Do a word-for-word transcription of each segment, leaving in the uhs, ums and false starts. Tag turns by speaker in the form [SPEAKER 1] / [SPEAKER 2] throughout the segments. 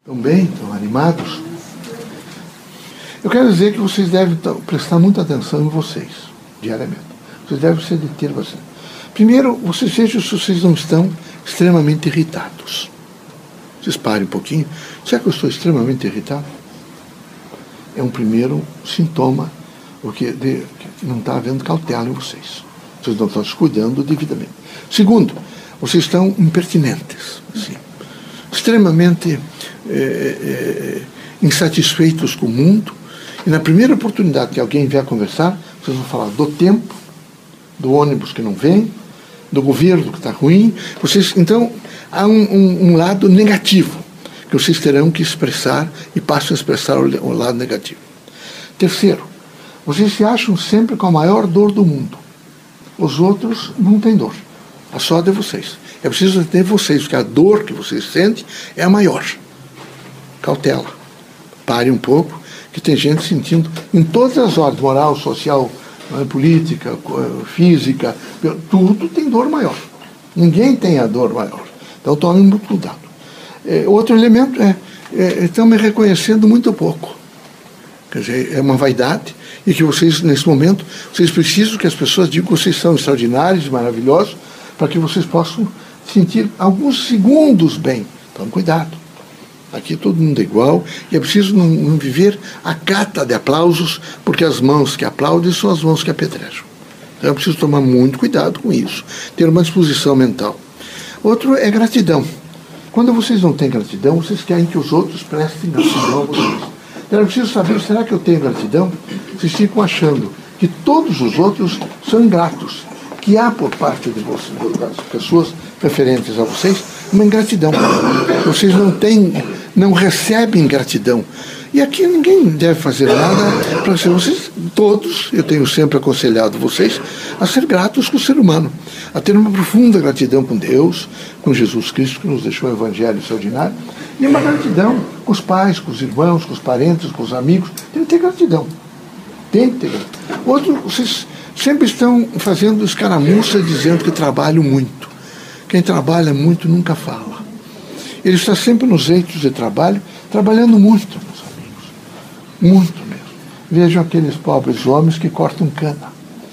[SPEAKER 1] Estão bem? Estão animados? Eu quero dizer que vocês devem prestar muita atenção em vocês, diariamente. Vocês devem se deter bastante. Primeiro, vocês vejam se vocês não estão extremamente irritados. Vocês parem um pouquinho. Será que eu estou extremamente irritado? É um primeiro sintoma porque de, que não está havendo cautela em vocês. Vocês não estão se cuidando devidamente. Segundo, vocês estão impertinentes, assim, extremamente é, é, insatisfeitos com o mundo, e na primeira oportunidade que alguém vier conversar, vocês vão falar do tempo, do ônibus que não vem, do governo que está ruim. Vocês, então, há um, um, um lado negativo que vocês terão que expressar e passam a expressar o, o lado negativo. Terceiro, vocês se acham sempre com a maior dor do mundo. Os outros não têm dor. A só de vocês. É preciso ter vocês, porque a dor que vocês sentem é a maior. Cautela. Pare um pouco, que tem gente sentindo em todas as ordens, moral, social, política, física, tudo tem dor maior. Ninguém tem a dor maior. Então tome muito cuidado. É, outro elemento é, é, estão me reconhecendo muito pouco. Quer dizer, é uma vaidade, e que vocês, nesse momento, vocês precisam que as pessoas digam que vocês são extraordinários, maravilhosos, para que vocês possam sentir alguns segundos bem. Então, cuidado. Aqui todo mundo é igual, e é preciso não, não viver a cata de aplausos, porque as mãos que aplaudem são as mãos que apedrejam. Então, é preciso tomar muito cuidado com isso, ter uma disposição mental. Outro é gratidão. Quando vocês não têm gratidão, vocês querem que os outros prestem gratidão a vocês. Então, é preciso saber, será que eu tenho gratidão? Vocês ficam achando que todos os outros são ingratos, que há por parte de vocês, das pessoas referentes a vocês, uma ingratidão. Vocês não têm, não recebem gratidão. E aqui ninguém deve fazer nada para ser vocês, todos, eu tenho sempre aconselhado vocês a ser gratos com o ser humano, a ter uma profunda gratidão com Deus, com Jesus Cristo, que nos deixou o Evangelho extraordinário, e uma gratidão com os pais, com os irmãos, com os parentes, com os amigos. Tem que ter gratidão. Tem que ter gratidão. Outro, vocês sempre estão fazendo escaramuça dizendo que trabalham muito. Quem trabalha muito nunca fala. Ele está sempre nos eitos de trabalho, trabalhando muito, meus amigos. Muito mesmo. Vejam aqueles pobres homens que cortam cana,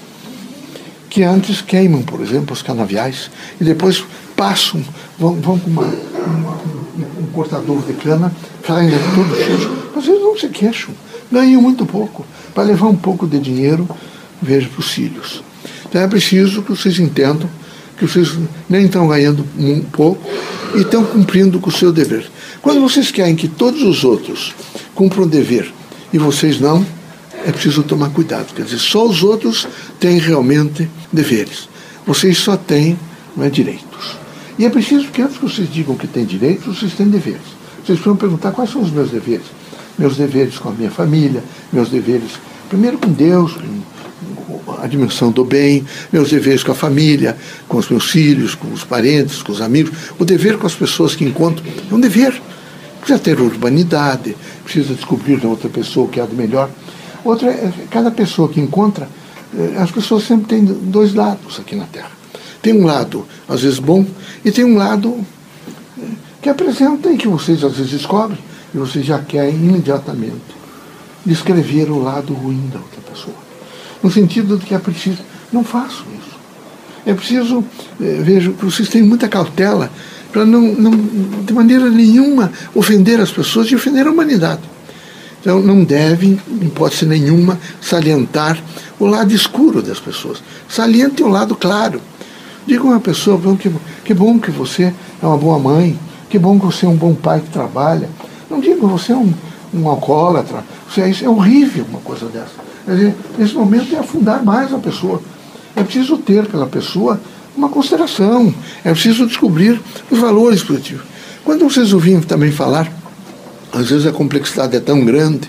[SPEAKER 1] que antes queimam, por exemplo, os canaviais, e depois passam, vão, vão com uma, uma, um cortador de cana, saem todo sujo, mas eles não se queixam, ganham muito pouco, para levar um pouco de dinheiro, veja, para os filhos. Então é preciso que vocês entendam que vocês nem estão ganhando um pouco e estão cumprindo com o seu dever. Quando vocês querem que todos os outros cumpram o dever e vocês não, é preciso tomar cuidado. Quer dizer, só os outros têm realmente deveres. Vocês só têm, não é, direitos. E é preciso que antes que vocês digam que têm direitos, vocês têm deveres. Vocês precisam perguntar quais são os meus deveres. Meus deveres com a minha família, meus deveres, primeiro com Deus, com a dimensão do bem, meus deveres com a família, com os meus filhos, com os parentes, com os amigos. O dever com as pessoas que encontram é um dever. Precisa ter urbanidade, precisa descobrir na outra pessoa o que há de melhor. Outra é, cada pessoa que encontra, as pessoas sempre têm dois lados aqui na Terra. Tem um lado, às vezes, bom, e tem um lado que apresenta e que vocês, às vezes, descobrem, e vocês já querem imediatamente descrever o lado ruim da outra pessoa. No sentido de que é preciso, não façam isso. É preciso, vejo, que vocês tenham muita cautela para não, não, de maneira nenhuma, ofender as pessoas e ofender a humanidade. Então, não devem, em hipótese nenhuma, salientar o lado escuro das pessoas. Salientem o lado claro. Digam a uma pessoa, que, que bom que você é uma boa mãe, que bom que você é um bom pai que trabalha. Não digam que você é um, um alcoólatra. Você é, isso é horrível, uma coisa dessa. Quer dizer, nesse momento é afundar mais a pessoa. É preciso ter pela pessoa uma consideração. É preciso descobrir os valores positivos. Quando vocês ouvirem também falar, às vezes a complexidade é tão grande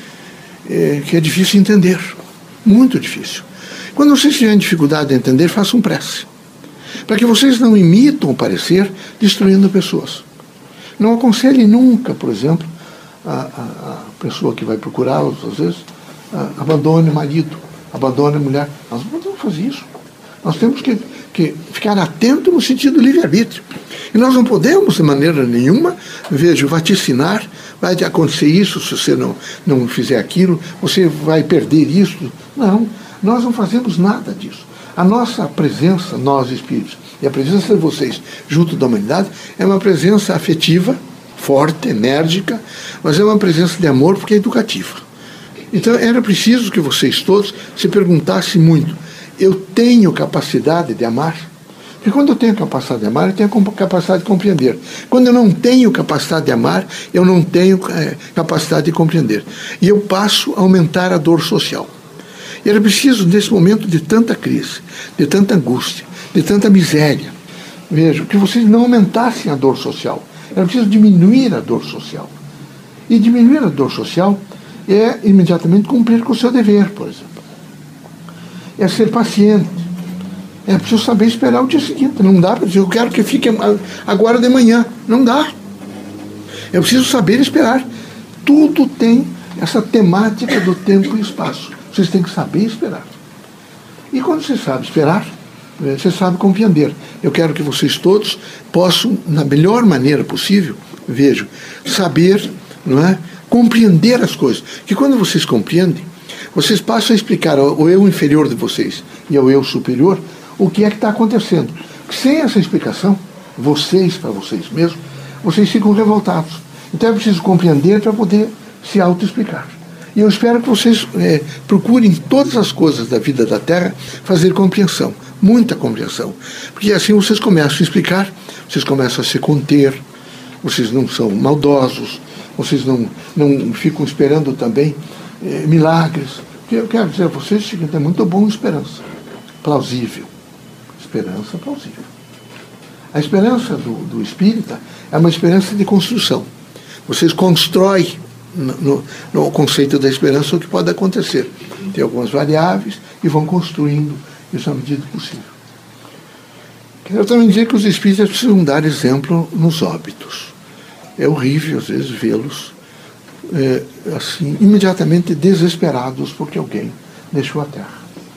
[SPEAKER 1] é, que é difícil entender. Muito difícil. Quando vocês tiverem dificuldade de entender, façam prece. Para que vocês não imitam o parecer destruindo pessoas. Não aconselhem nunca, por exemplo, a, a, a pessoa que vai procurá-los, às vezes, a, abandone o marido, abandone a mulher. Nós não podemos fazer isso. Nós temos que, que ficar atento no sentido do livre-arbítrio. E nós não podemos, de maneira nenhuma, veja, vaticinar, vai acontecer isso se você não, não fizer aquilo, você vai perder isso. Não, nós não fazemos nada disso. A nossa presença, nós espíritos, e a presença de vocês junto da humanidade, é uma presença afetiva, forte, enérgica, mas é uma presença de amor porque é educativa. Então era preciso que vocês todos se perguntassem muito: eu tenho capacidade de amar? Porque quando eu tenho capacidade de amar, eu tenho capacidade de compreender. Quando eu não tenho capacidade de amar, eu não tenho é, capacidade de compreender. E eu passo a aumentar a dor social. E era preciso, nesse momento de tanta crise, de tanta angústia, de tanta miséria, veja, que vocês não aumentassem a dor social. Era preciso diminuir a dor social. E diminuir a dor social é imediatamente cumprir com o seu dever, por exemplo. É ser paciente. É preciso saber esperar o dia seguinte. Não dá para dizer, eu quero que fique agora de manhã. Não dá. É preciso saber esperar. Tudo tem essa temática do tempo e espaço. Vocês têm que saber esperar. E quando você sabe esperar, você sabe compreender. Eu quero que vocês todos possam, na melhor maneira possível, vejam, saber, não é, compreender as coisas. Que quando vocês compreendem, vocês passam a explicar ao eu inferior de vocês e ao eu superior o que é que está acontecendo. Sem essa explicação, vocês, para vocês mesmos, vocês ficam revoltados. Então é preciso compreender para poder se auto-explicar. E eu espero que vocês é, procurem todas as coisas da vida da Terra fazer compreensão, muita compreensão. Porque assim vocês começam a explicar, vocês começam a se conter, vocês não são maldosos, vocês não, não ficam esperando também é, milagres. Porque eu quero dizer a vocês o seguinte: é muito bom esperança, plausível. Esperança plausível. A esperança do, do espírita é uma esperança de construção. Vocês constroem no, no, no conceito da esperança o que pode acontecer. Tem algumas variáveis e vão construindo isso à medida possível. Quero também dizer que os espíritas precisam dar exemplo nos óbitos. É horrível, às vezes, vê-los é, assim, imediatamente desesperados porque alguém deixou a Terra.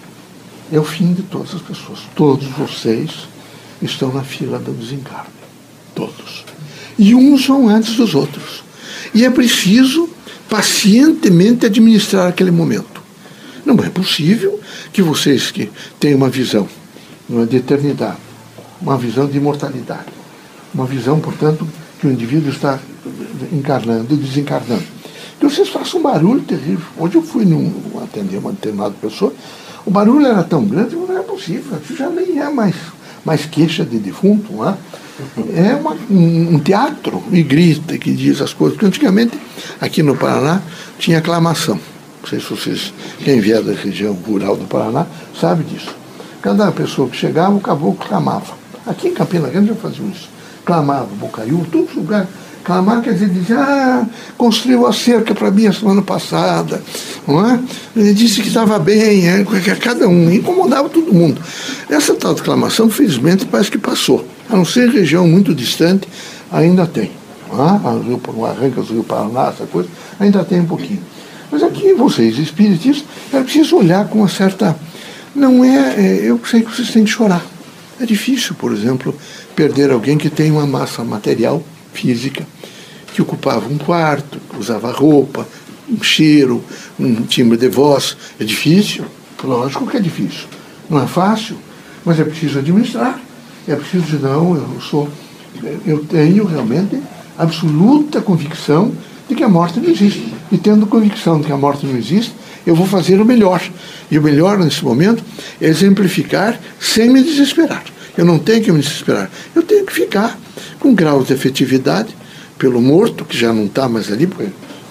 [SPEAKER 1] É o fim de todas as pessoas. Todos vocês estão na fila do desencarne. Todos. E uns vão antes dos outros. E é preciso pacientemente administrar aquele momento. Não é possível que vocês que têm uma visão de eternidade, uma visão de imortalidade, uma visão, portanto, que o indivíduo está encarnando e desencarnando, que vocês façam um barulho terrível. Hoje eu fui num, atender uma determinada pessoa, o barulho era tão grande que não é possível. Isso já nem é mais, mais queixa de defunto, não é? É uma, um, um teatro, e grita, que diz as coisas. Porque antigamente, aqui no Paraná, tinha aclamação. Não sei se vocês, quem vier da região rural do Paraná, sabe disso. Cada pessoa que chegava, o caboclo clamava. Aqui em Campina Grande já faziam isso. Clamava, Bocaiúva, todos os lugares. Clamar quer dizer, dizia, ah, construiu a cerca para mim a semana passada, não é? Ele disse que estava bem, é, cada um, incomodava todo mundo. Essa tal declamação, felizmente, parece que passou. A não ser em região muito distante, ainda tem. Não é? O Arrancas do Rio Paraná, essa coisa, ainda tem um pouquinho. Mas aqui, vocês, espiritistas, é preciso olhar com uma certa... Não é, é... Eu sei que vocês têm que chorar. É difícil, por exemplo, perder alguém que tem uma massa material, física, que ocupava um quarto, usava roupa, um cheiro, um timbre de voz. É difícil? Lógico que é difícil. Não é fácil, mas é preciso administrar. É preciso dizer, não, eu sou... Eu tenho realmente absoluta convicção de que a morte não existe. E tendo convicção de que a morte não existe, eu vou fazer o melhor. E o melhor, nesse momento, é exemplificar sem me desesperar. Eu não tenho que me desesperar. Eu tenho que ficar com graus de efetividade pelo morto, que já não está mais ali, porque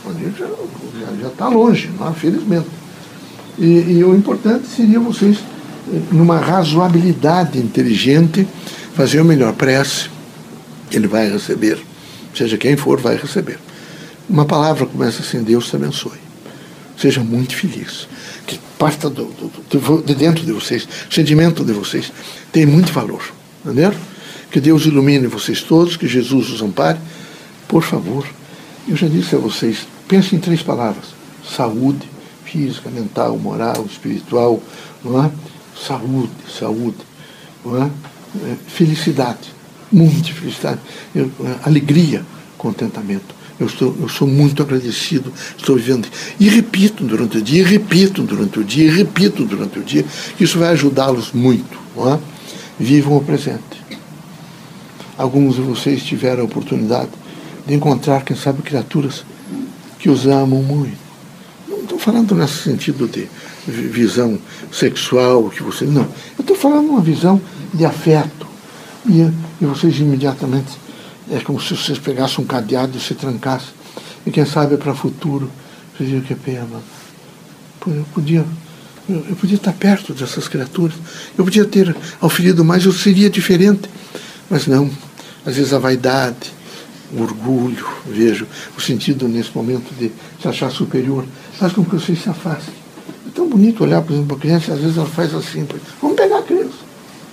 [SPEAKER 1] já está longe, não é? Felizmente. E, e o importante seria vocês, numa razoabilidade inteligente, fazer o melhor. Prece, ele vai receber. Seja quem for, vai receber. Uma palavra começa assim: Deus te abençoe. Seja muito feliz. Que parta do, do, do, de dentro de vocês, o sentimento de vocês tem muito valor. Entenderam? Que Deus ilumine vocês todos, que Jesus os ampare. Por favor, eu já disse a vocês, pensem em três palavras: saúde, física, mental, moral, espiritual, não é? saúde, saúde, não é? Felicidade, muita felicidade, eu, alegria, contentamento. Eu, estou, eu sou muito agradecido, estou vivendo. E repito durante o dia, e repito durante o dia, e repito durante o dia. Isso vai ajudá-los muito. Não é? Vivam o presente. Alguns de vocês tiveram a oportunidade de encontrar, quem sabe, criaturas que os amam muito. Não estou falando nesse sentido de visão sexual, que você não. Eu estou falando uma visão de afeto. E, e vocês imediatamente, é como se vocês pegassem um cadeado e se trancassem. E quem sabe para o futuro, vocês dizem que pena. Eu podia, eu, eu podia estar perto dessas criaturas. Eu podia ter auferido mais, eu seria diferente. Mas não. Às vezes a vaidade, o orgulho, vejo, o sentido nesse momento de se achar superior, faz com que vocês se afastem. É tão bonito olhar, por exemplo, para a criança, às vezes ela faz assim, vamos pegar a criança.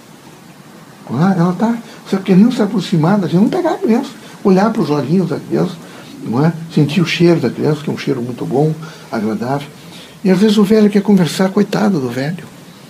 [SPEAKER 1] Ela está querendo se aproximar da gente, vamos pegar a criança, olhar para os olhinhos da criança, não é? Sentir o cheiro da criança, que é um cheiro muito bom, agradável. E às vezes o velho quer conversar, coitado do velho.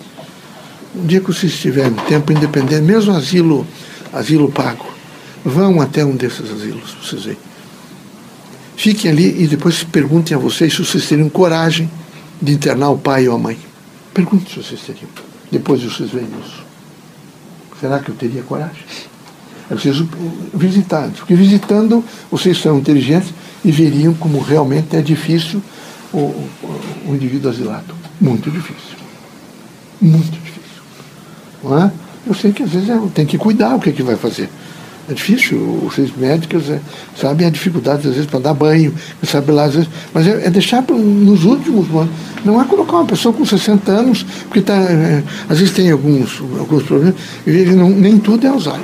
[SPEAKER 1] Um dia que vocês tiverem tempo independente, mesmo asilo, asilo pago, vão até um desses asilos, vocês veem. Fiquem ali e depois perguntem a vocês se vocês teriam coragem de internar o pai ou a mãe. Perguntem se vocês teriam, depois de vocês verem isso. Será que eu teria coragem? É preciso visitar, porque visitando vocês são inteligentes e veriam como realmente é difícil o, o, o indivíduo asilado. Muito difícil. Muito difícil. Não é? Eu sei que às vezes é, tem que cuidar o que, é que vai fazer. É difícil, vocês médicos é, sabem a dificuldade às vezes para dar banho, sabe lá, às vezes, mas é, é deixar nos últimos anos. Não é colocar uma pessoa com sessenta anos, porque tá, é, às vezes tem alguns, alguns problemas, e não, nem tudo é Alzheimer.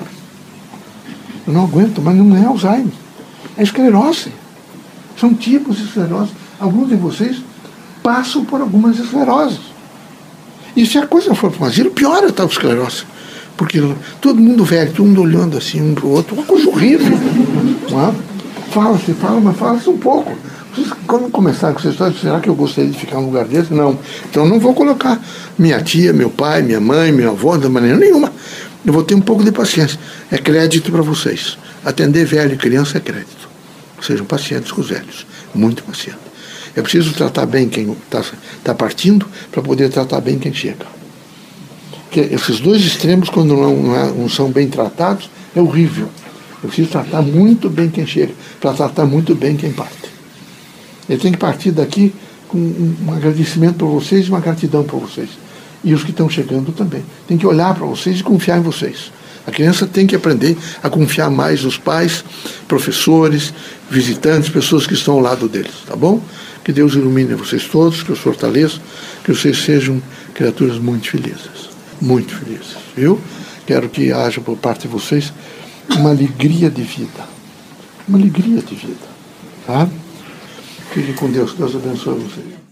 [SPEAKER 1] Eu não aguento, mas não é Alzheimer. É esclerose. São tipos de esclerose. Alguns de vocês passam por algumas escleroses. E se a coisa for para um asilo, piora a tal esclerose. Porque todo mundo velho, todo mundo olhando assim um para o outro, uma coisa horrível. Não é? Fala-se, fala, mas fala-se um pouco. Vocês, quando começar com essa história, será que eu gostaria de ficar num lugar desse? Não. Então não vou colocar minha tia, meu pai, minha mãe, minha avó, de maneira nenhuma. Eu vou ter um pouco de paciência. É crédito para vocês. Atender velho e criança é crédito. Sejam pacientes com os velhos. Muito pacientes. É preciso tratar bem quem está tá partindo para poder tratar bem quem chega. Porque esses dois extremos, quando não, não, é, não são bem tratados, é horrível. Eu preciso tratar muito bem quem chega, para tratar muito bem quem parte. Eu tenho que partir daqui com um agradecimento para vocês e uma gratidão para vocês. E os que estão chegando também. Tem que olhar para vocês e confiar em vocês. A criança tem que aprender a confiar mais nos pais, professores, visitantes, pessoas que estão ao lado deles, tá bom? Que Deus ilumine vocês todos, que os fortaleça, que vocês sejam criaturas muito felizes. Muito felizes, viu? Quero que haja por parte de vocês uma alegria de vida. Uma alegria de vida, tá? Fiquem com Deus. Deus abençoe vocês.